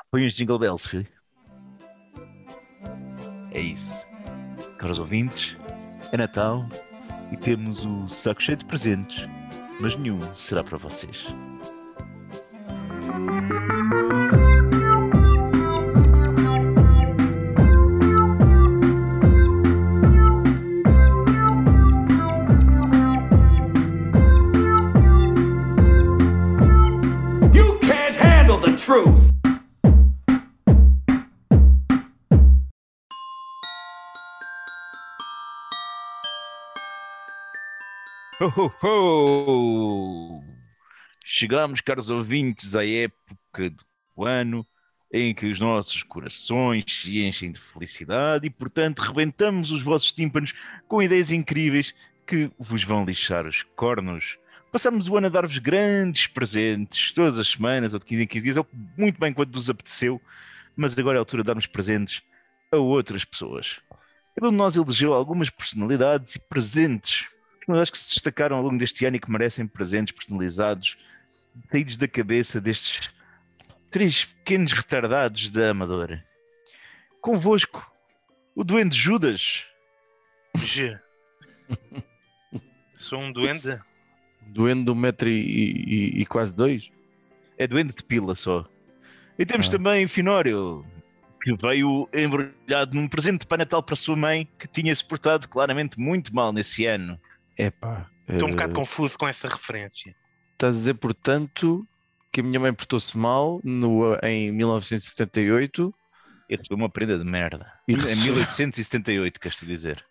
Põe os Jingle Bells, filho. É isso. Caros ouvintes, é Natal e temos o saco cheio de presentes, mas nenhum será para vocês. You can't handle the truth. Ho, ho, ho! Chegamos, caros ouvintes, à época do ano em que os nossos corações se enchem de felicidade e, portanto, rebentamos os vossos tímpanos com ideias incríveis que vos vão lixar os cornos. Passamos o ano a dar-vos grandes presentes, todas as semanas, ou de 15 em 15 dias, ou muito bem quando nos apeteceu, mas agora é a altura de darmos presentes a outras pessoas. Cada um de nós elegeu algumas personalidades e presentes que se destacaram ao longo deste ano e que merecem presentes personalizados, saídos da cabeça destes três pequenos retardados da Amadora. Convosco, o Duende Judas. G. Sou um duende? Duende de 1,2 m e quase 2. É Duende de pila só. E temos também Finório, que veio embrulhado num presente para Natal para a sua mãe, que tinha-se portado claramente muito mal nesse ano. Epá. Estou um bocado confuso com essa referência. Estás a dizer, portanto, que a minha mãe portou-se mal em 1978. Eu recebi uma prenda de merda. E Em recebeu- 1878, queres-te dizer?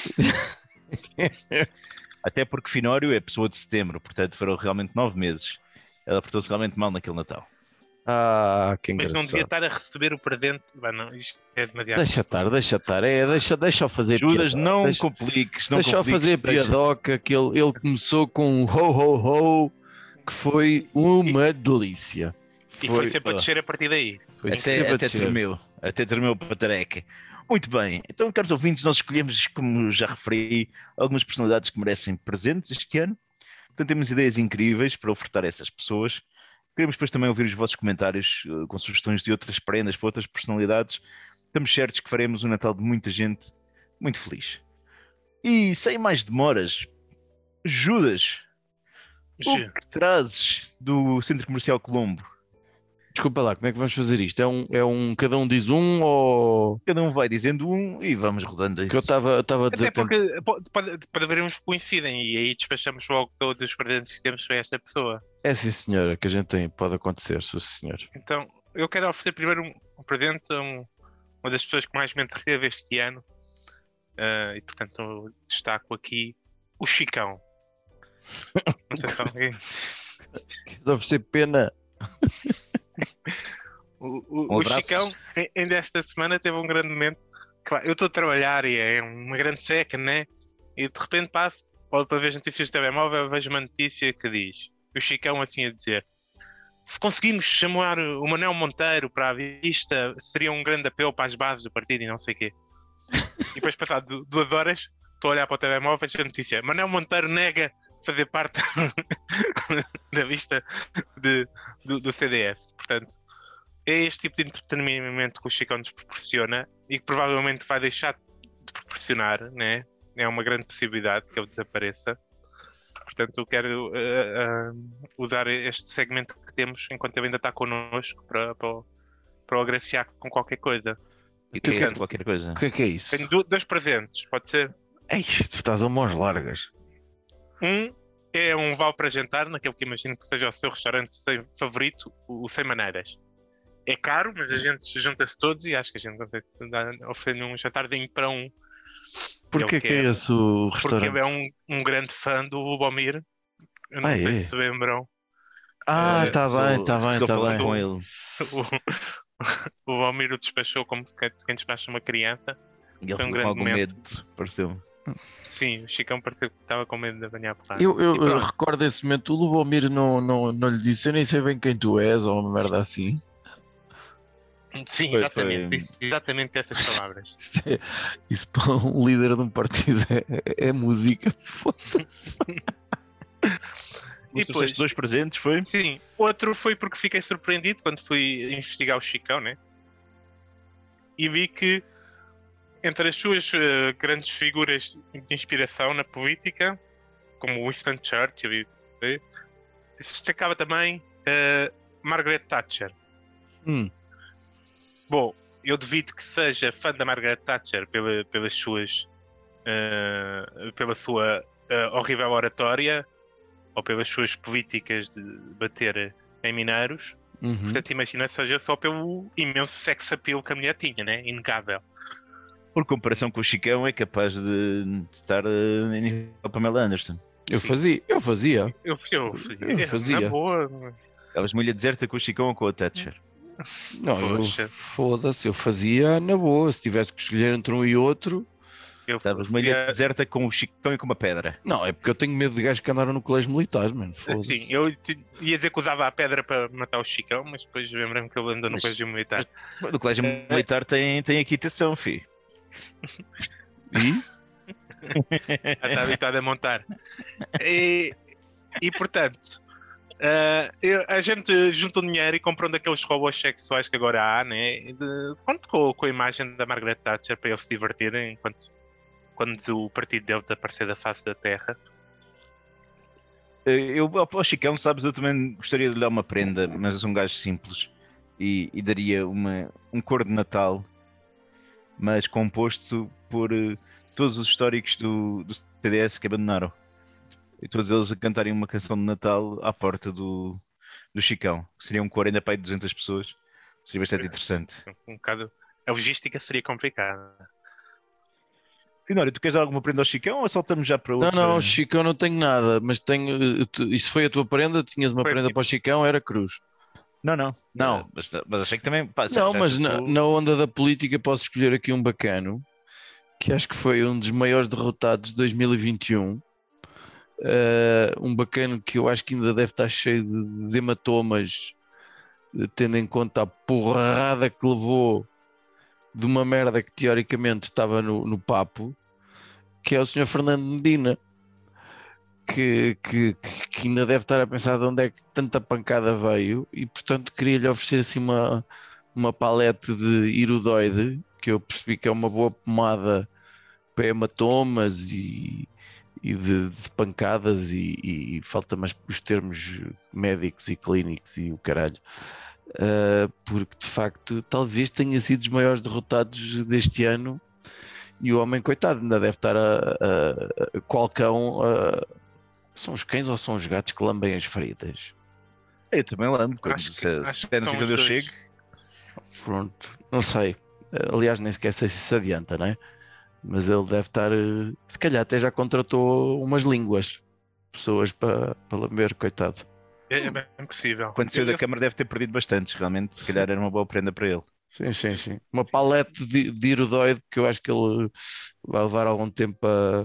Até porque Finório é pessoa de setembro, portanto foram realmente 9 meses. Ela portou-se realmente mal naquele Natal. Ah, que Mas não devia engraçado. estar a receber o presente. Bem, não, isto é demasiado. Deixa estar. Deixa-o fazer Judas, piada. não Deixa, compliques, não deixa-o compliques. fazer piadoca, que ele começou com um ho, que foi uma delícia. E foi sempre a descer a partir daí. Foi sempre a Até descer. tremeu para tareca. Muito bem, então, caros ouvintes, nós escolhemos, como já referi, algumas personalidades que merecem presentes este ano. Portanto, temos ideias incríveis para ofertar a essas pessoas. Queremos depois também ouvir os vossos comentários com sugestões de outras prendas para outras personalidades. Estamos certos que faremos um Natal de muita gente muito feliz. E sem mais demoras, Judas, o G. que trazes do Centro Comercial Colombo? Desculpa lá, como é que vamos fazer isto? É um cada um diz um ou... Cada um vai dizendo um e vamos rodando isso. Que eu estava a dizer... Até porque pode haver uns que coincidem e aí despachamos logo todos os presentes que temos para esta pessoa. É sim senhora, que a gente tem, pode acontecer, sim senhor. Então, eu quero oferecer primeiro um presente a uma das pessoas que mais me entreteve este ano. E portanto eu destaco aqui o Chicão. Não sei se alguém... Queres oferecer pena? O abraço. Chicão, ainda esta semana, teve um grande momento. Claro, eu estou a trabalhar e é uma grande seca, né? E de repente passo, para ver as notícias do telemóvel, vejo uma notícia que diz: o Chicão assim a dizer: se conseguimos chamar o Manuel Monteiro para a vista, seria um grande apelo para as bases do partido e não sei o quê. E depois, passado 2 horas, estou a olhar para o telemóvel e vejo a notícia: Manuel Monteiro nega fazer parte da vista do CDS. Portanto, é este tipo de entretenimento que o Chicão nos proporciona e que provavelmente vai deixar de proporcionar, né? É uma grande possibilidade que ele desapareça. Portanto, eu quero usar este segmento que temos enquanto ele ainda está connosco para o agraciar com qualquer coisa. E que é qualquer coisa. O que é isso? Tenho 2 presentes, pode ser? Ei, tu estás a mãos largas. Um é um vale para jantar, naquele que imagino que seja o seu restaurante favorito, o Sem Maneiras. É caro, mas a gente junta-se todos e acho que a gente consegue oferecer um jantarzinho para um. Porquê que é esse o Porque restaurante? ele é um grande fã do Lubomir. Eu não sei se lembram. Ah, está bem, está bem, Estou a está falar bem. com ele. O Lubomir o despachou como quem despacha uma criança. E ele Foi um ficou com grande algum momento. medo, pareceu-me. Sim, o Chicão pareceu que estava com medo de apanhar porrada. Eu E pronto. recordo esse momento, o Lubomir não lhe disse, eu nem sei bem quem tu és, ou uma merda assim. Sim, Foi- exatamente. foi- Disse exatamente essas palavras. Isso para um líder de um partido é música, foda-se. E depois, 2 presentes, foi? sim, outro foi porque fiquei surpreendido quando fui investigar o Chicão, né? E vi que entre as suas grandes figuras de inspiração na política, como Winston Churchill, se destacava também Margaret Thatcher. Bom, eu duvido que seja fã da Margaret Thatcher pelas suas pela sua horrível oratória ou pelas suas políticas de bater em mineiros. Portanto, imagina seja só pelo imenso sex appeal que a mulher tinha, né? Inegável. Por comparação com o Chicão, é capaz de estar em nível Pamela Anderson. Eu fazia. Eu fazia. Na boa. Estavas mulher deserta com o Chicão ou com a Thatcher? Não, Poxa. foda-se, eu fazia na boa. Se tivesse que escolher entre um e outro. Estavas mulher deserta com o Chicão e com uma pedra. Não, é porque eu tenho medo de gajos que andaram no colégio militar, mano. Foda-se. Sim, eu ia dizer que usava a pedra para matar o Chicão, mas depois lembrei-me que ele andou no colégio militar. No colégio militar tem equitação, filho. E? Já está habituado a montar. E portanto, a gente junta o dinheiro e compra um daqueles robôs sexuais que agora há, né? Conto com a imagem da Margaret Thatcher para eles se divertirem quando o partido dele desaparecer da face da terra. Eu, ao Chicão, sabes, eu também gostaria de lhe dar uma prenda, mas eu sou um gajo simples e daria um cor de Natal, mas composto por todos os históricos do CDS que abandonaram. E todos eles a cantarem uma canção de Natal à porta do Chicão. Seria um cor ainda para aí de 200 pessoas. Seria bastante interessante. Um bocado... A logística seria complicada. Finório, tu queres dar alguma prenda ao Chicão ou saltamos já para outra? Não, Chico, eu não tenho nada, mas tenho. Isso foi a tua prenda? Tinhas uma prenda para o Chicão? Era cruz. Não. Não. Mas achei que também. Pá, Não, mas na onda da política posso escolher aqui um bacano, que acho que foi um dos maiores derrotados de 2021. Um bacano que eu acho que ainda deve estar cheio de hematomas, tendo em conta a porrada que levou de uma merda que teoricamente estava no papo, que é o Sr. Fernando Medina, que ainda deve estar a pensar de onde é que tanta pancada veio, e portanto queria-lhe oferecer assim uma palete de iridoide, que eu percebi que é uma boa pomada para hematomas e de pancadas e falta mais os termos médicos e clínicos e o caralho. Porque de facto talvez tenha sido os maiores derrotados deste ano, e o homem, coitado, ainda deve estar qual cão. São os cães ou são os gatos que lambem as feridas? Eu também lembro. Acho Se que é no são sítio onde eu os dois. chego. Pronto, não sei. Aliás, nem sequer sei se isso adianta, não é? Mas ele deve estar, se calhar até já contratou umas línguas, pessoas para lamber, coitado. É bem possível. Quando saiu da Câmara deve ter perdido bastantes. Realmente, se calhar era uma boa prenda para ele. Sim. Uma palete de iridoide, que eu acho que ele vai levar algum tempo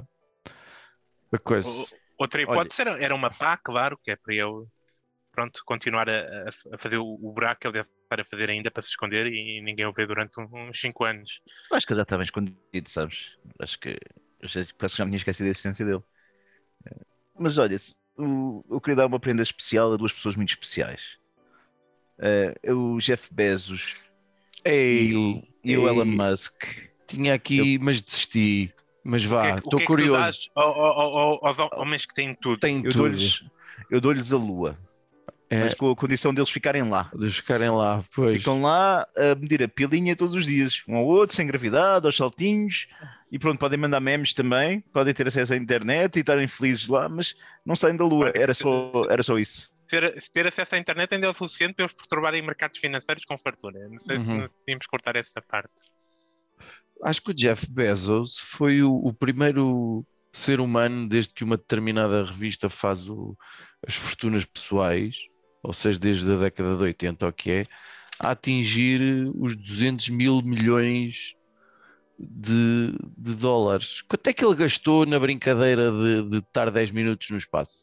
a coisa. Outra hipótese era uma pá, claro, que é para ele continuar a fazer o buraco que ele deve estar a fazer ainda para se esconder e ninguém o vê durante uns 5 anos. Acho que ele já estava escondido, sabes? Acho que parece que já me tinha esquecido da essência dele. Mas olha, eu queria dar uma prenda especial a duas pessoas muito especiais. O Jeff Bezos e o Elon Musk. Tinha aqui, mas desisti. Mas vá, estou curioso. Aos homens que têm tudo. Eu dou-lhes a lua. Mas com a condição deles ficarem lá. Pois. Ficam lá a medir a pilinha todos os dias. Um ao outro, sem gravidade, aos saltinhos. E pronto, podem mandar memes também. Podem ter acesso à internet e estarem felizes lá, mas não saem da lua. Era só isso. Se ter acesso à internet ainda é o suficiente para eles perturbarem mercados financeiros com fartura. Não sei se podíamos cortar essa parte. Acho que o Jeff Bezos foi o primeiro ser humano, desde que uma determinada revista faz as fortunas pessoais, ou seja, desde a década de 80, ou que é, a atingir os 200 mil milhões de dólares. Quanto é que ele gastou na brincadeira de estar 10 minutos no espaço?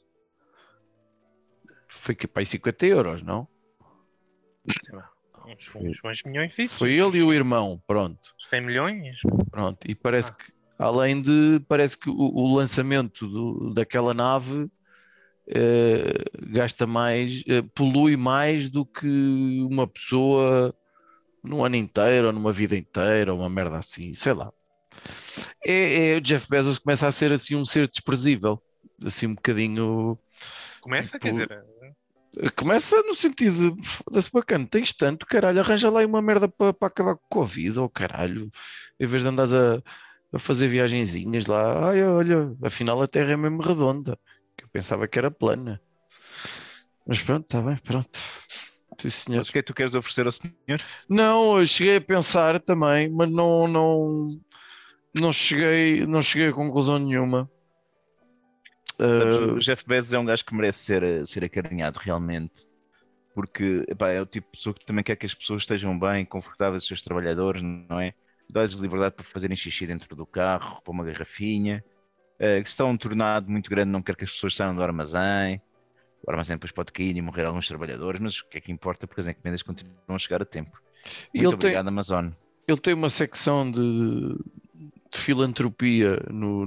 Foi que para 50 euros, não? Sei lá, uns bons milhões. Foi ele e o irmão, pronto. 100 milhões? Pronto, e parece que, além que o lançamento daquela nave gasta mais, polui mais do que uma pessoa num ano inteiro, ou numa vida inteira, ou uma merda assim, sei lá. O Jeff Bezos começa a ser assim um ser desprezível, assim um bocadinho. Começa, quer tipo, dizer, Começa no sentido de foda-se bacana, tens tanto, caralho, arranja lá aí uma merda para acabar com o Covid, ou caralho, em vez de andares a fazer viagenzinhas lá, ai olha, afinal a Terra é mesmo redonda, que eu pensava que era plana. Mas pronto, está bem, pronto. Sim, senhor. Mas o que é que tu queres oferecer ao senhor? Não, eu cheguei a pensar também, mas não cheguei a conclusão nenhuma. Sabes, o Jeff Bezos é um gajo que merece ser acarinhado realmente, porque epá, é o tipo de pessoa que também quer que as pessoas estejam bem, confortáveis, os seus trabalhadores, não é? Dá-lhes liberdade para fazerem xixi dentro do carro, para uma garrafinha. Que se está um tornado muito grande, não quer que as pessoas saiam do armazém. O armazém depois pode cair e morrer alguns trabalhadores, mas o que é que importa? Porque as encomendas continuam a chegar a tempo. E Muito obrigado, Amazon. ele tem uma secção de filantropia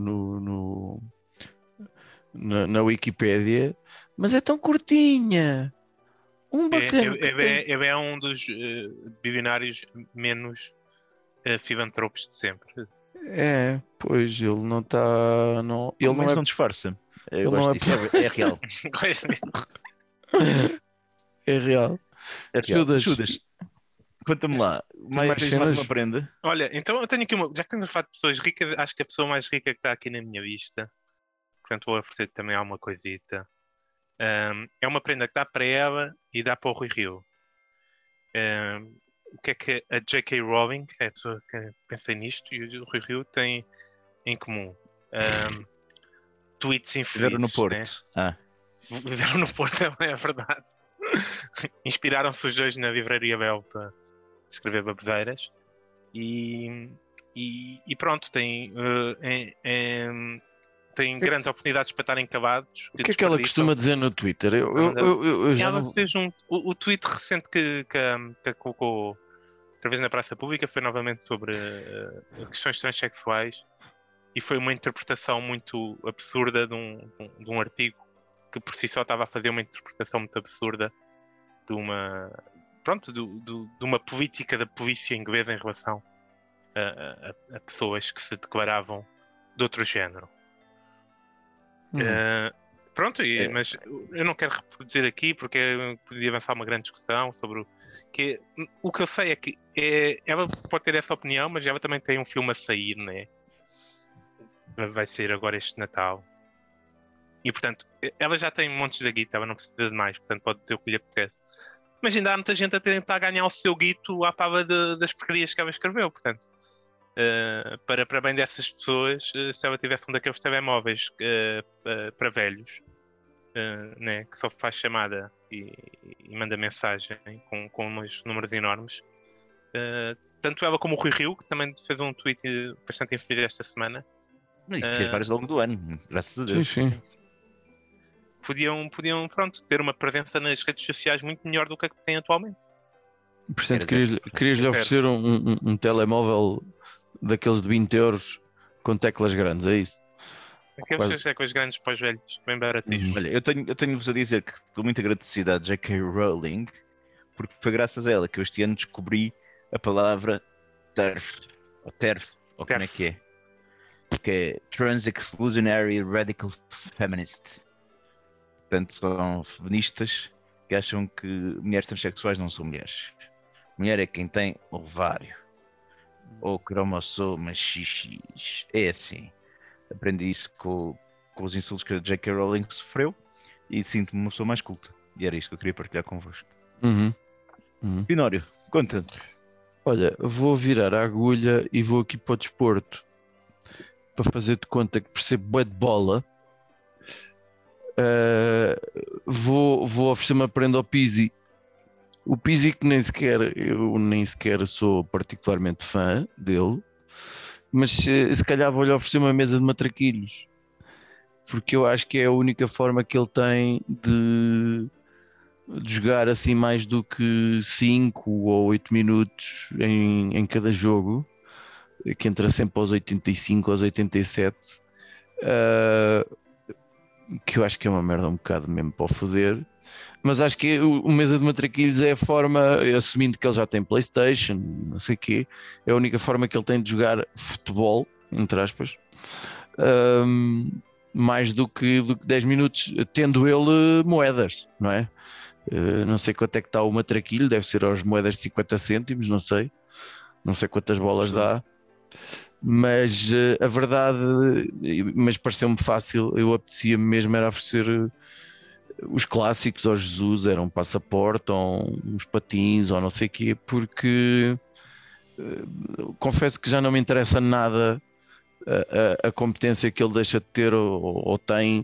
na Wikipédia, mas é tão curtinha. Um bacana é um dos bilionários menos filantropos de sempre. Pois ele não está. Ele Mas não disfarça. Eu ele gosto não disso. É real. Gosto disso. é real. É real. Judas. Judas, conta-me lá. mais Tens cenas? mais uma prenda? Olha, então eu tenho aqui já que estamos a falar de pessoas ricas, acho que a pessoa mais rica que está aqui na minha vista, portanto vou oferecer também alguma coisita. É uma prenda que dá para ela e dá para o Rui Rio. O que é que a J.K. Rowling, que é a pessoa que pensei nisto, e o Rui Rio têm em comum? Tweets infelizes. Viveram no Porto. Né? Viveram no Porto, é verdade. Inspiraram-se os dois na Livraria Bel para escrever baboseiras. E pronto, tem grandes oportunidades para estarem cavados. O que é que ela costuma dizer no Twitter? Eu já ela não... fez o tweet recente que colocou outra vez na praça pública foi novamente sobre questões transexuais e foi uma interpretação muito absurda de um artigo que por si só estava a fazer uma interpretação muito absurda de uma de uma política da polícia inglesa em relação a pessoas que se declaravam de outro género. Mas eu não quero reproduzir aqui porque podia avançar uma grande discussão sobre o que eu sei é que ela pode ter essa opinião, mas ela também tem um filme a sair, né? Vai sair agora este Natal e portanto ela já tem montes de guita, ela não precisa de mais, portanto pode dizer o que lhe apetece, mas ainda há muita gente a tentar ganhar o seu guito à pava das porcarias que ela escreveu, portanto para bem dessas pessoas, se ela tivesse um daqueles telemóveis para velhos, né, que só faz chamada e manda mensagem com uns números enormes, tanto ela como o Rui Rio, que também fez um tweet bastante infeliz esta semana. E fez vários ao longo do ano, graças a Deus. Sim. Podiam ter uma presença nas redes sociais muito melhor do que a que tem atualmente. Portanto, querias-lhe oferecer um telemóvel daqueles de 20 euros com teclas grandes, é isso? Aqueles teclas grandes para os velhos, bem baratinhos. Olha, eu tenho-vos a dizer que estou muito agradecido à J.K. Rowling, porque foi graças a ela que eu este ano descobri a palavra TERF, ou como é que é Trans-Exclusionary Radical Feminist. Portanto, são feministas que acham que mulheres transexuais não são mulheres. Mulher é quem tem ovário ou cromossoma XX. É assim. Aprendi isso com os insultos que a J.K. Rowling sofreu e sinto-me uma pessoa mais culta. E era isto que eu queria partilhar convosco. Pinório, conta. Olha, vou virar a agulha e vou aqui para o desporto para fazer de conta que percebo bué de bola. Vou oferecer uma prenda ao Pizzi. O Pizzi que eu nem sequer sou particularmente fã dele, mas se calhar vou-lhe oferecer uma mesa de matraquilhos, porque eu acho que é a única forma que ele tem de jogar assim mais do que 5 ou 8 minutos em cada jogo, que entra sempre aos 85, aos 87. que eu acho que é uma merda um bocado mesmo para o foder. Mas acho que o Mesa de Matraquilhos é a forma, assumindo que ele já tem PlayStation, não sei o quê, é a única forma que ele tem de jogar futebol, entre aspas, mais do que 10 minutos, tendo ele moedas, não é? Não sei quanto é que está o Matraquilho, deve ser aos moedas de 50 cêntimos, não sei quantas bolas dá. Mas a verdade, mas pareceu-me fácil, eu apetecia-me mesmo era oferecer os clássicos ao Jesus, era um passaporte ou uns patins ou não sei o quê, porque confesso que já não me interessa nada a competência que ele deixa de ter ou tem,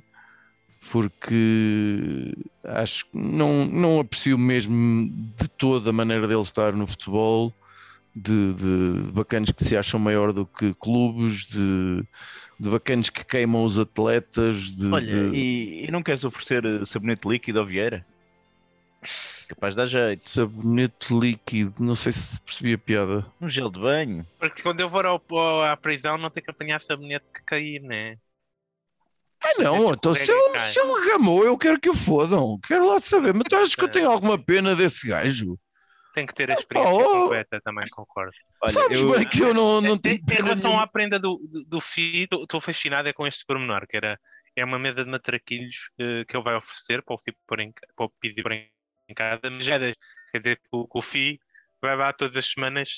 porque acho que não aprecio mesmo de toda a maneira dele estar no futebol, de bacanos que se acham maior do que clubes, de bacanos que queimam os atletas. Olha, e não queres oferecer sabonete líquido ao Vieira? Capaz de dar jeito. Sabonete líquido, não sei se percebi a piada. Um gel de banho. Porque quando eu for à prisão não tenho que apanhar sabonete que cair, né? Não, então se ele gamou, eu quero que o fodam. Quero lá saber, mas tu achas que eu tenho alguma pena desse gajo? Tem que ter a experiência completa, também concordo. Olha, sabes bem que eu não tenho pena. Em relação à prenda do FI, estou fascinado com este pormenor, que é uma mesa de matraquilhos que ele vai oferecer para o FI para o pedir por em casa, mas quer dizer que o FI vai lá todas as semanas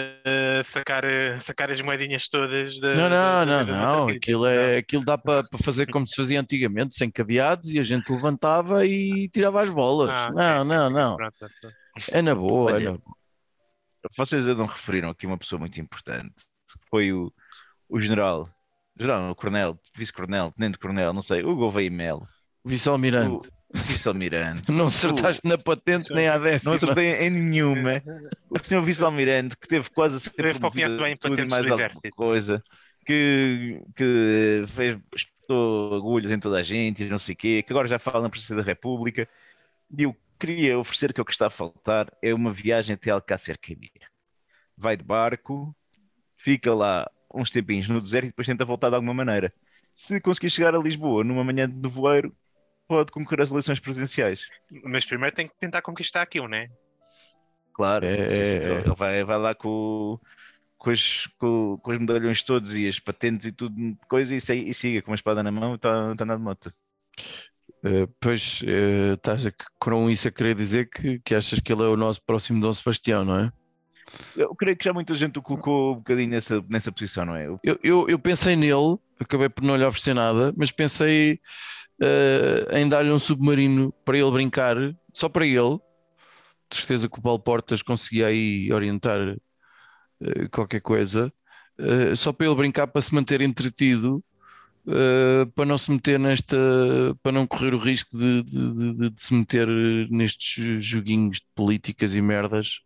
sacar as moedinhas todas não. Aquilo dá para fazer como se fazia antigamente, sem cadeados, e a gente levantava e tirava as bolas. Não. Pronto. É na boa, Olha, é na boa. Vocês não referiram aqui uma pessoa muito importante. Foi o general, o coronel, vice-coronel, tenente-coronel, não sei, Hugo Gouveia Melo. Vice-almirante. Vice-almirante. Não acertaste na patente nem à décima. Não acertei em nenhuma. O senhor vice-almirante que teve quase a ser promovido bem tudo e mais alguma coisa, que espetou agulhas em toda a gente e não sei o quê, que agora já fala na Presidência da República. E eu queria oferecer que o que está a faltar é uma viagem até Alcácer Quibir. Vai de barco, fica lá uns tempinhos no deserto e depois tenta voltar de alguma maneira. Se conseguir chegar a Lisboa numa manhã de nevoeiro, pode concorrer às eleições presidenciais. Mas primeiro tem que tentar conquistar aquilo, né? Claro. Ele vai lá com os medalhões todos e as patentes e tudo, coisa, e siga com uma espada na mão e está andando de moto. Pois estás com isso a querer dizer que achas que ele é o nosso próximo Dom Sebastião, não é? Eu creio que já muita gente o colocou um bocadinho nessa posição, não é? Eu pensei nele, acabei por não lhe oferecer nada, mas pensei em dar-lhe um submarino para ele brincar, só para ele. De certeza que o Paulo Portas conseguia aí orientar qualquer coisa, só para ele brincar, para se manter entretido. Para não se meter para não correr o risco de se meter nestes joguinhos de políticas e merdas,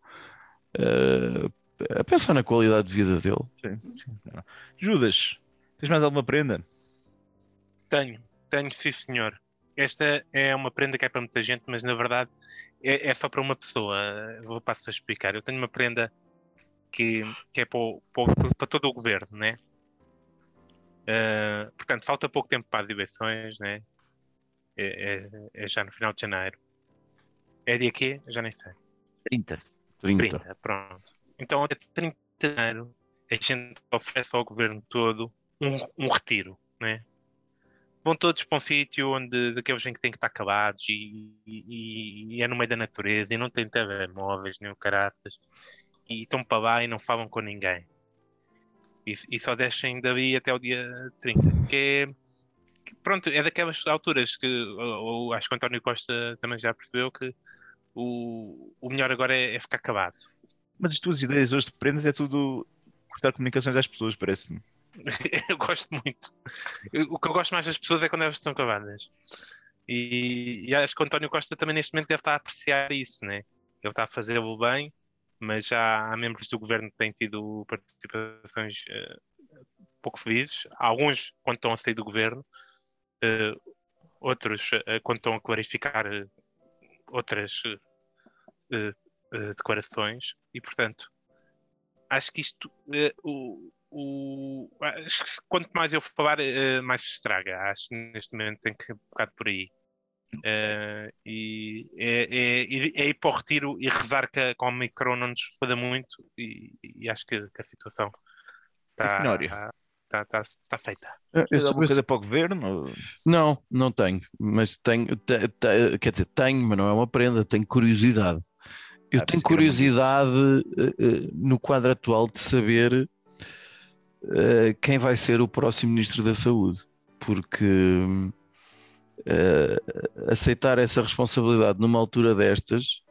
a pensar na qualidade de vida dele. Sim. Judas, tens mais alguma prenda? Tenho, sim senhor. Esta é uma prenda que é para muita gente, mas na verdade é só para uma pessoa. Vou passar a explicar. Eu tenho uma prenda que é para todo o governo, né? Portanto, falta pouco tempo para as eleições, né? É já no final de janeiro. É dia quê? Já nem sei. 30. Pronto. Então, até 30 de janeiro, a gente oferece ao governo todo um retiro, né? Vão todos para um sítio daqueles em que têm que estar calados e é no meio da natureza e não tem telemóveis nem o caraças e estão para lá e não falam com ninguém. E só descem dali até o dia 30, pronto, é daquelas alturas que acho que o António Costa também já percebeu que o melhor agora é ficar calado. Mas as tuas ideias hoje de prendas é tudo cortar comunicações às pessoas, parece-me. Eu gosto muito. O que eu gosto mais das pessoas é quando elas estão caladas. E acho que o António Costa também neste momento deve estar a apreciar isso, né? Ele está a fazê-lo bem, mas já há membros do governo que têm tido participações pouco felizes. Alguns quando estão a sair do governo, outros quando estão a clarificar outras declarações. E portanto, acho que isto acho que quanto mais eu falar, mais se estraga. Acho que neste momento tem que ir um bocado por aí. E é ir para o retiro e rezar que a Omicron não nos foda muito. E acho que a situação está feita. Tens alguma coisa para o governo? Não tenho, mas quer dizer, tenho, mas não é uma prenda, tenho curiosidade. Eu tenho curiosidade no quadro atual de saber quem vai ser o próximo Ministro da Saúde, porque aceitar essa responsabilidade numa altura destas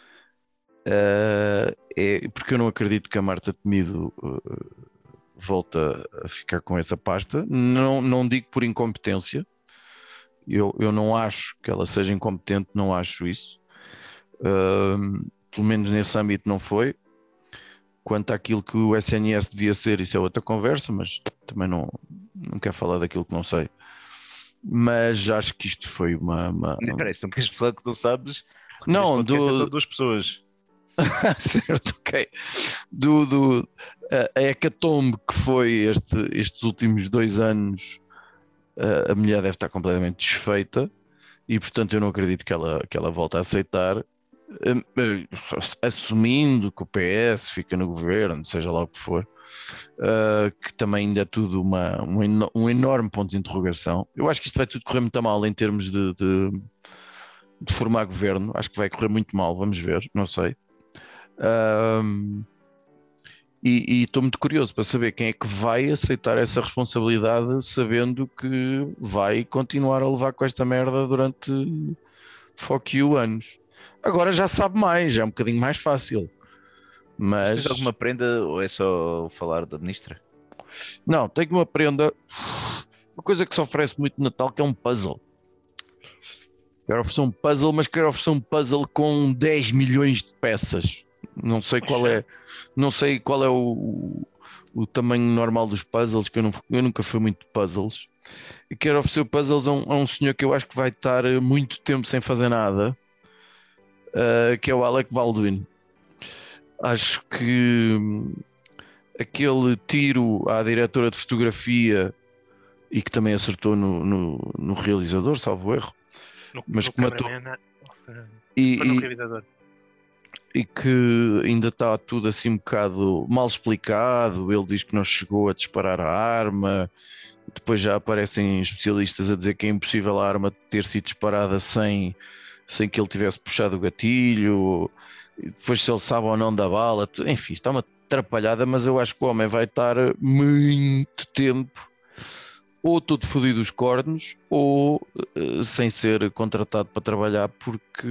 é porque eu não acredito que a Marta Temido volta a ficar com essa pasta. Não digo por incompetência, eu não acho que ela seja incompetente, não acho isso. Pelo menos nesse âmbito não foi. Quanto àquilo que o SNS devia ser, isso é outra conversa, mas também não quero falar daquilo que não sei. Mas acho que isto foi uma... Não, peraí, se não queres falar que tu sabes, não, são duas pessoas. Certo, ok. A hecatombe que foi estes últimos 2 anos, a mulher deve estar completamente desfeita e, portanto, eu não acredito que ela volte a aceitar, assumindo que o PS fica no governo, seja lá o que for, que também ainda é tudo um enorme ponto de interrogação. Eu acho que isto vai tudo correr muito mal em termos de formar governo. Acho que vai correr muito mal, vamos ver, não sei. E estou muito curioso para saber quem é que vai aceitar essa responsabilidade, sabendo que vai continuar a levar com esta merda durante fuck you anos. Agora já sabe mais, já é um bocadinho mais fácil. Mas... Tens alguma prenda ou é só falar da ministra? Não, tenho uma prenda, uma coisa que se oferece muito no Natal, que é um puzzle. Quero oferecer um puzzle, mas quero oferecer um puzzle com 10 milhões de peças. Não sei qual é o tamanho normal dos puzzles, que eu nunca fui muito de puzzles. E quero oferecer puzzles a um senhor que eu acho que vai estar muito tempo sem fazer nada, que é o Alec Baldwin. Acho que aquele tiro à diretora de fotografia, e que também acertou no realizador, salvo erro, mas que matou no realizador. E que ainda está tudo assim um bocado mal explicado. Ele diz que não chegou a disparar a arma, depois já aparecem especialistas a dizer que é impossível a arma ter sido disparada sem que ele tivesse puxado o gatilho, e depois se ele sabe ou não da bala, enfim, está uma atrapalhada. Mas eu acho que o homem vai estar muito tempo ou todo fodido os cornos ou sem ser contratado para trabalhar, porque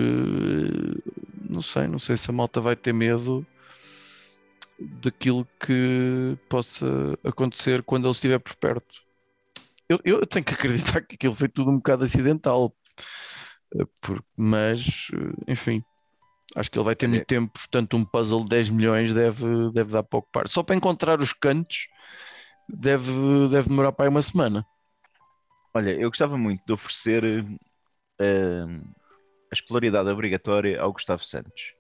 não sei se a malta vai ter medo daquilo que possa acontecer quando ele estiver por perto. Eu tenho que acreditar que aquilo foi tudo um bocado acidental, mas enfim, acho que ele vai ter muito tempo. Portanto, um puzzle de 10 milhões deve dar para ocupar. Só para encontrar os cantos deve demorar para aí uma semana. Olha, eu gostava muito de oferecer a escolaridade obrigatória ao Gustavo Santos,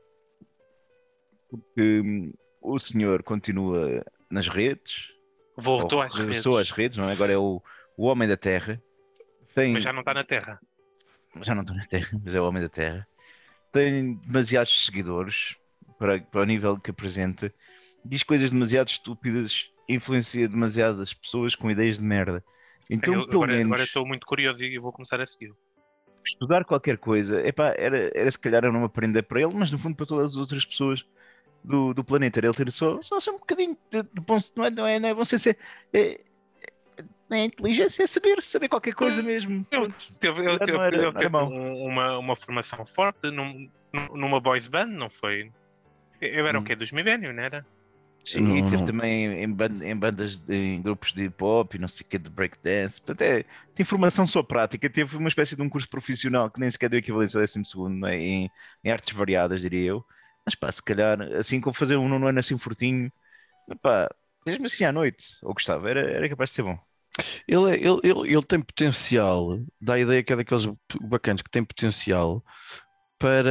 porque o senhor continua nas redes, voltou às redes, não é? Agora é o homem da terra. Mas já não está na terra. Já não está na terra, mas é o homem da terra. Tem demasiados seguidores para o nível que apresenta, diz coisas demasiado estúpidas, influencia demasiadas pessoas com ideias de merda. Então, agora estou muito curioso e vou começar a seguir. Estudar qualquer coisa, era se calhar uma prenda para ele, mas no fundo para todas as outras pessoas do planeta. Era ele ter só um bocadinho de bom, não é bom ser. Não é inteligência, é saber qualquer coisa mesmo. Ele teve uma formação forte numa boys band, não foi? Eu era o quê? Dos Millennium, não era? Sim, e teve também em bandas, em grupos de hip hop e não sei o que, de breakdance. Até tem formação só prática. Teve uma espécie de um curso profissional que nem sequer deu equivalência ao 12º, não é? Em artes variadas, diria eu. Mas pá, se calhar, assim como fazer um nono ano assim fortinho, pá, mesmo assim à noite, ou gostava, era capaz de ser bom. Ele tem potencial, dá a ideia que é daqueles bacanas que tem potencial para.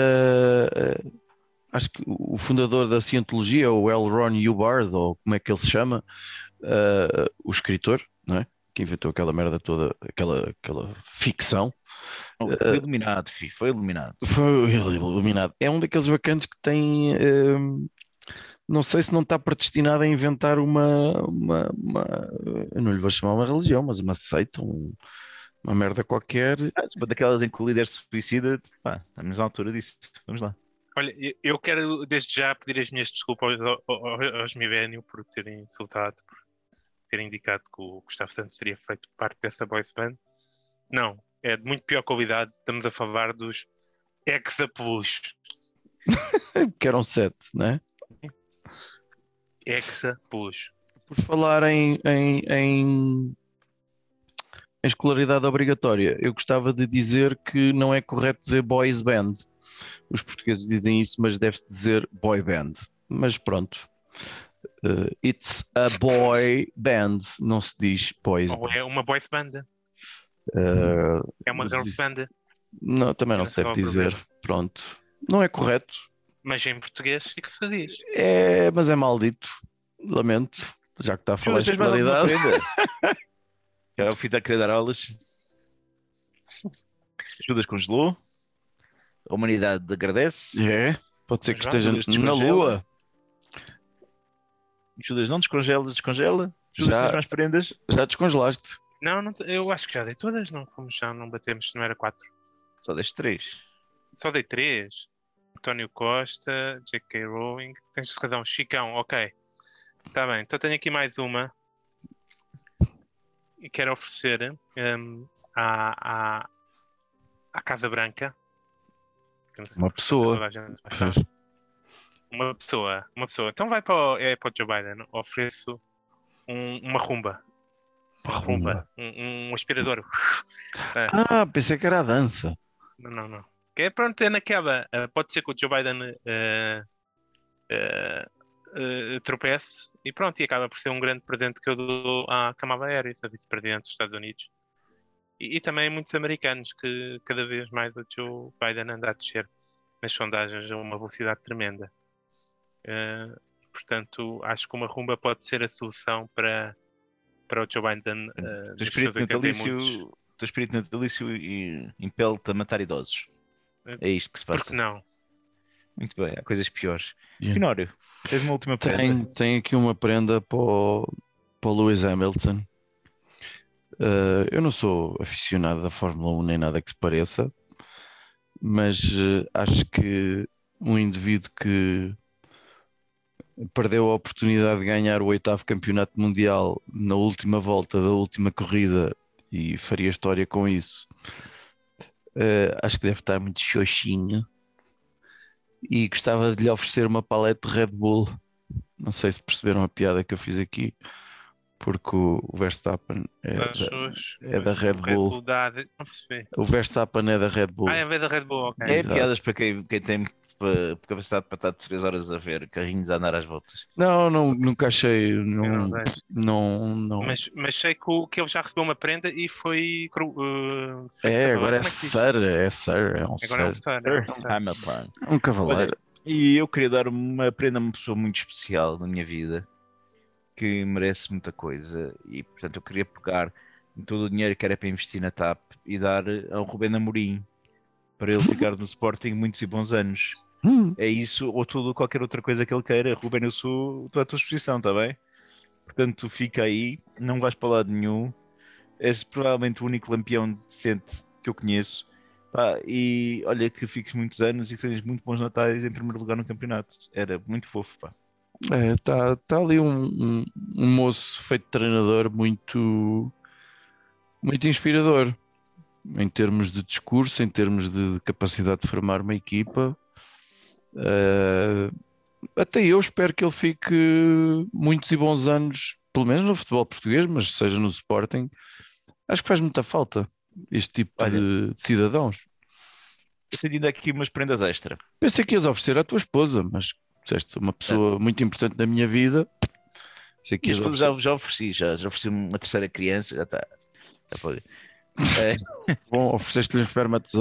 Acho que o fundador da Cientologia, o L. Ron Hubbard, ou como é que ele se chama, o escritor, não é? Que inventou aquela merda toda, aquela ficção. Foi iluminado, filho, foi iluminado. Foi ele iluminado. É um daqueles bacanas que tem. Não sei se não está predestinado a inventar eu não lhe vou chamar uma religião, mas uma seita, uma merda qualquer. Se for daquelas em que o líder se suicida, pá, estamos na altura disso. Vamos lá. Olha, eu quero desde já pedir as minhas desculpas aos Mivénio por terem insultado, por terem indicado que o Gustavo Santos teria feito parte dessa boys band. Não, é de muito pior qualidade. Estamos a falar dos Exapus. Que eram 7, não é? Exapus. Por falar em escolaridade obrigatória, eu gostava de dizer que não é correto dizer boys band. Os portugueses dizem isso, mas deve-se dizer boy band. Mas pronto. It's a boy band, não se diz boys Ou band. é uma boys band. É uma mas girls isso- band. Não, também não Era se deve só dizer. problema. Pronto. Não é correto. Mas em português, e que se diz? Mas é maldito. Lamento. Já que está a falar de Judas, tens mais alguma escolaridade. prenda? Já o Fita a querer dar aulas. Judas congelou. A humanidade agradece. Pode ser que Mas vá, esteja Judas na descongela. lua. Judas não descongela, descongela. Judas, Já. tens mais prendas? Já descongelaste. Não, eu acho que já dei todas, não batemos, não era 4. Só deste 3. Só dei 3. António Costa, J.K. Rowling. Tens razão, Chicão, ok. Está bem, então tenho aqui mais uma. E quero oferecer à Casa Branca. Que não sei Uma se pessoa. toda a gente vai saber. Uma pessoa. Então vai para o Joe Biden. Ofereço uma rumba. Rumba. Um aspirador. Pensei que era a dança. Não. Que é pronto, é naquela. Pode ser que o Joe Biden tropece e pronto, e acaba por ser um grande presente que eu dou à Kamala Harris, a vice-presidente dos Estados Unidos. E também muitos americanos que cada vez mais o Joe Biden anda a descer nas sondagens a uma velocidade tremenda. Portanto, acho que uma rumba pode ser a solução para o Joe Biden. O nos seus 80 e muitos. teu espírito natalício impele-te a matar idosos. É isto que se Porque passa. não? Muito bem, há coisas piores. Yeah. Pinório, tens uma última prenda? Tem aqui uma prenda para o Lewis Hamilton. Eu não sou aficionado da Fórmula 1 nem nada que se pareça, mas acho que um indivíduo que perdeu a oportunidade de ganhar o 8º campeonato mundial na última volta da última corrida e faria história com isso, acho que deve estar muito xoxinho e gostava de lhe oferecer uma palete de Red Bull. Não sei se perceberam a piada que eu fiz aqui, porque o Verstappen é da Red Bull. Não percebi. O Verstappen é da Red Bull. É da Red Bull, ok. É Exato. piadas para quem tem capacidade para estar 3 horas a ver carrinhos a andar às voltas. Não, nunca achei. Eu não vejo. Não. Mas sei que ele já recebeu uma prenda e foi. Agora é como que diz? Sir, é Sir, é um Agora é um Sir, Sir, é um Sir. Hamilton. um cavaleiro. E eu queria dar uma prenda a uma pessoa muito especial na minha vida que merece muita coisa e portanto eu queria pegar todo o dinheiro que era para investir na TAP e dar ao Rubén Amorim para ele ficar no Sporting muitos e bons anos. É isso ou qualquer outra coisa que ele queira. Rubén, estou à tua disposição, está bem? Portanto, fica aí, não vais para lado nenhum. És provavelmente o único lampião decente que eu conheço. Pá, e olha que fiques muitos anos e que tenhas muito bons natais em primeiro lugar no campeonato. Era muito fofo, pá. Tá ali um moço feito treinador muito inspirador em termos de discurso, em termos de capacidade de formar uma equipa. Até eu espero que ele fique muitos e bons anos, pelo menos no futebol português, mas seja no Sporting. Acho que faz muita falta este tipo de cidadãos. Eu sei ainda aqui umas prendas extra. Pensei que ias oferecer à tua esposa, mas disseste uma pessoa muito importante na minha vida. Pensei que E ias as coisas oferecer. já ofereci uma terceira criança, já está. Já pode. Bom, ofereceste-lhe um espermatozoide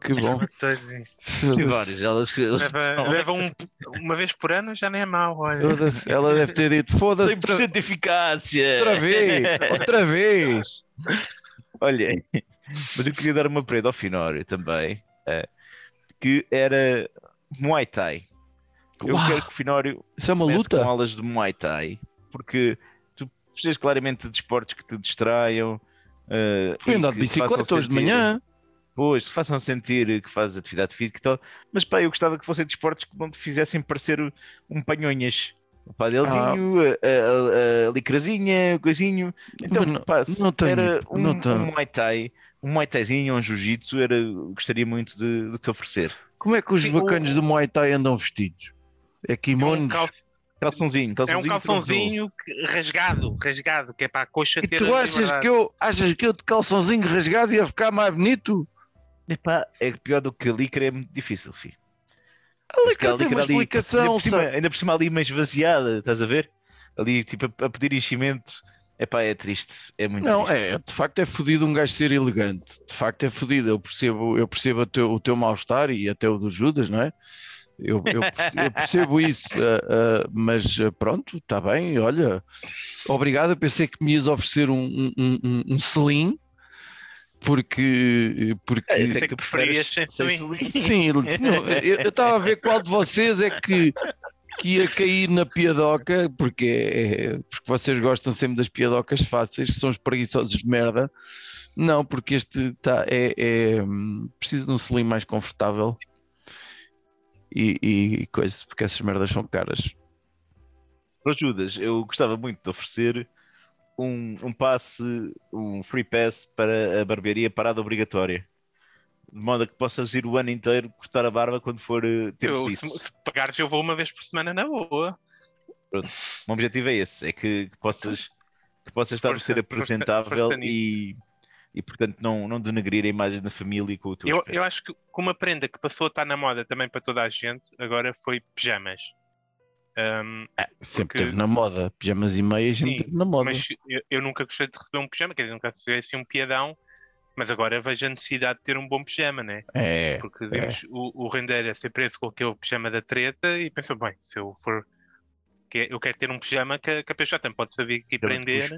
Que bom. Tem várias. Leva uma vez por ano, já nem é mau. Olha. Foda-se, ela deve ter dito: foda-se, 100% de eficácia. outra vez. Olha, mas eu queria dar uma prenda ao Finório também, que era Muay Thai. Eu Uau, quero que o Finório isso é uma comece luta. com aulas de Muay Thai, porque tu precisas claramente de desportos que te distraiam. Fui e andar de que te façam bicicleta hoje de sentir- manhã. Pois, que façam sentir que fazes atividade física e tal. Mas pá, eu gostava que fossem desportos que não te fizessem parecer um panhonhas. O padelzinho, a licrazinha, o coisinho. Então, Mas não- pá, não tenho- era não um tenho. Muay Thai, um Muay Thaizinho, um Jiu-Jitsu, gostaria muito de te oferecer. Como é que os Sim, bacanos do Muay Thai andam vestidos? É É um, kimonos? Calçãozinho, é um calçãozinho rasgado, que é para a coxa E ter tu a achas liberdade. que eu de calçãozinho rasgado ia ficar mais bonito? Epá, é pior do que a licra, é muito difícil, filho. Ali Mas que a tem uma licra ali, explicação, sabe? ainda por cima ali mais esvaziada, estás a ver? Ali, tipo, a pedir enchimento. Epá, é triste, é muito Não, triste. de facto é fodido um gajo ser elegante. De facto é fodido. Eu percebo o teu mal-estar e até o do Judas, não é? Eu percebo isso, mas pronto, está bem. Olha, obrigado. Eu pensei que me ias oferecer um selim, porque Eu sei Sei que tu que preferias preferes sem sem selim. selim. sim, eu estava a ver qual de vocês é que ia cair na piadoca, porque vocês gostam sempre das piadocas fáceis, que são os preguiçosos de merda. Não, porque este preciso de um selim mais confortável e coisa, porque essas merdas são caras. Para Judas, eu gostava muito de oferecer um passe, um free pass para a barbearia parada obrigatória. De modo a que possas ir o ano inteiro cortar a barba quando for tempo disso. Se pagares, eu vou uma vez por semana na boa. O meu objetivo é esse, é que possas estar a ser apresentável força e portanto não denegrir a imagem da família com o teu aspecto. Eu acho que uma prenda que passou a estar na moda também para toda a gente agora foi pijamas. Sempre Porque- teve na moda, pijamas e meias sempre Sim, teve na moda. Mas eu nunca gostei de receber um pijama, quer dizer, nunca recebi assim um piadão, mas agora vejo a necessidade de ter um bom pijama, né? É, Porque vimos o render a ser preso com aquele pijama da treta e penso, bem, se eu for. Eu quero ter um pijama que a PJ pode saber que Pijama de prender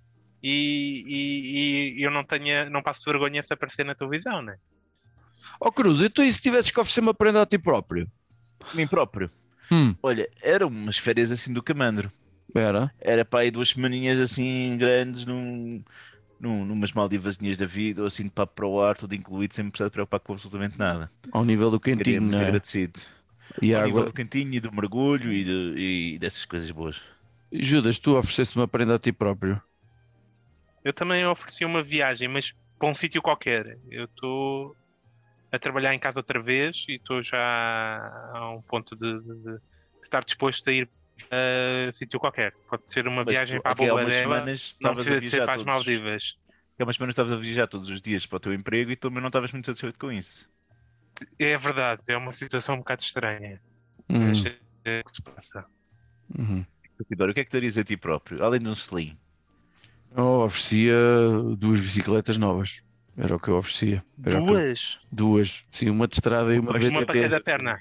e eu não passo vergonha se aparecer na televisão, né? Ó Cruz, e tu e se tivesses que oferecer uma prenda a ti próprio? A mim próprio. Olha, eram umas férias assim do Camandro. Era para aí 2 semaninhas assim grandes numas Maldivasinhas da vida, ou assim de papo para o ar, tudo incluído, sem precisar de preocupar com absolutamente nada. Ao nível do Ficaria quentinho, muito não é? agradecido. E Ao nível água. do cantinho e do mergulho e dessas coisas boas. Judas, tu ofereceste uma prenda a ti próprio? Eu também ofereci uma viagem, mas para um sítio qualquer. Eu estou a trabalhar em casa outra vez e estou já a um ponto de estar disposto a ir a sítio qualquer. Pode ser uma Mas viagem tu, para a aqui há umas Bobadela, semanas não estavas a precisa de ser viajar para as todos. Maldivas. Há umas semanas estavas a viajar todos os dias para o teu emprego e também não estavas muito satisfeito com isso. É verdade, é uma situação um bocado estranha. Uhum, Mas é o que se passa. uhum. Agora, o que é que darias a ti próprio? Além de um selim. Eu oferecia 2 bicicletas novas. Era o que eu oferecia. Era o que eu- Duas? Duas. Sim, uma de estrada e uma de Uma para VTT. cada perna.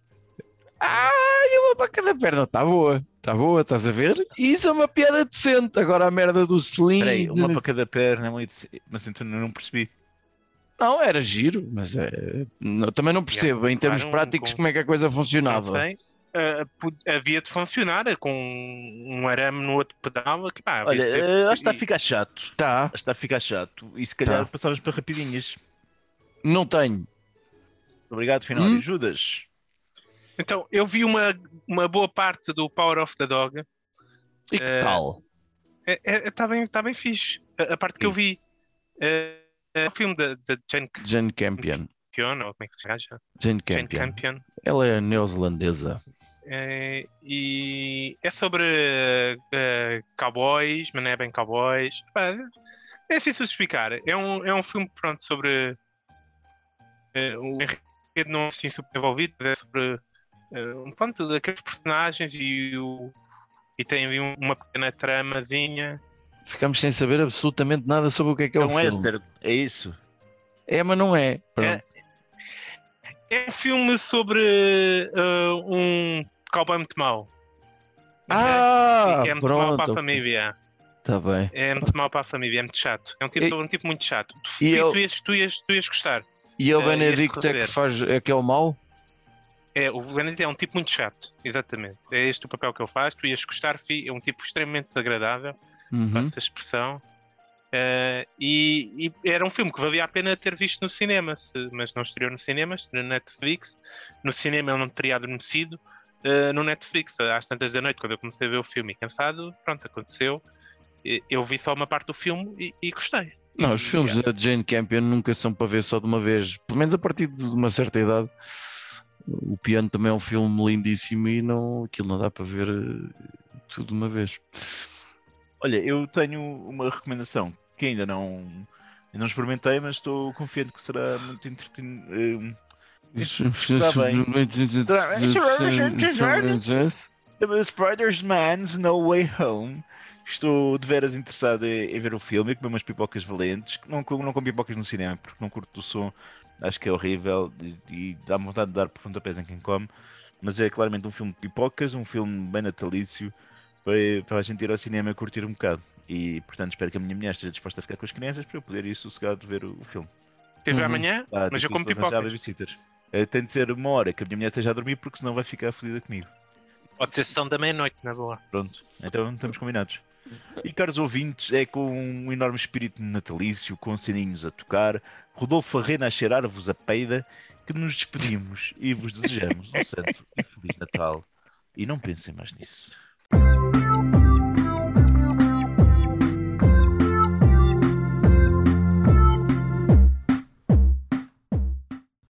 E uma para cada perna. Está boa, estás a ver? E isso é uma piada decente. Agora a merda do selim. Espera aí, uma para cada perna, mas então eu não percebi. Não, era giro, mas também não percebo em termos claro, práticos como é que a coisa Não funcionava. sei. Havia de funcionar com um arame no outro pedal. Que, pá, havia Olha, de ser- acho que está a ficar chato. Tá, Acho que está a ficar chato. E se calhar Tá. passávamos para rapidinhas. não tenho. Obrigado, Finório. Judas. Então, eu vi uma boa parte do Power of the Dog. E que tal? Está bem fixe. A parte que eu vi. É o filme da Jane Jane Campion. Campion, ou como é que se chama? Jane Jane Campion. Campion. Ela é neozelandesa. E é sobre cowboys, mas não é bem cowboys. Pá, é difícil de explicar. É um filme, pronto, sobre o enredo não é assim super envolvido, é sobre pronto, daqueles personagens e tem ali uma pequena tramazinha. Ficamos sem saber absolutamente nada sobre o que é É o um filme. Esther, é isso. É, mas não é. Pronto. É um filme sobre um cowboy muito mau. Ah, E que é muito mau para a pronto. família. Está bem. É muito mau para a família, é muito chato. É um tipo muito chato. E eu- Tu ias gostar. E é o este Benedicto é que rever. faz, é que é o mau? O Benedict é um tipo muito chato, exatamente. É este o papel que ele faz. Tu ias gostar, é um tipo extremamente desagradável, Uhum. faço a expressão. E era um filme que valia a pena ter visto no cinema, mas não estreou no cinema, estreou no Netflix. No cinema ele não teria adormecido. No Netflix, às tantas da noite, quando eu comecei a ver o filme e cansado, pronto, aconteceu. Eu vi só uma parte do filme e gostei. Não, os filmes da Jane Campion nunca são para ver só de uma vez, pelo menos a partir de uma certa idade. O Piano também é um filme lindíssimo e aquilo não dá para ver tudo de uma vez. Olha, eu tenho uma recomendação que ainda não experimentei, mas estou confiante que será muito entretenido. Está bem. Spider-Man's No Way Home. Estou de veras interessado em ver o filme e comer umas pipocas valentes. Não como pipocas no cinema, porque não curto do som. Acho que é horrível e dá-me vontade de dar pontapés em quem come. Mas é claramente um filme de pipocas, um filme bem natalício para a gente ir ao cinema e curtir um bocado. E portanto espero que a minha mulher esteja disposta a ficar com as crianças para eu poder ir sossegado ver o filme. Teve amanhã, mas eu como Difícil arranjar pipocas. babysitters. Tem de ser uma hora que a minha mulher esteja a dormir, porque senão vai ficar fodida comigo. Pode ser sessão da meia-noite, na boa. Pronto, então estamos combinados. E caros ouvintes, é com um enorme espírito natalício, com sininhos a tocar, Rodolfo Arrena a cheirar-vos a peida, que nos despedimos e vos desejamos um santo e feliz Natal. E não pensem mais nisso.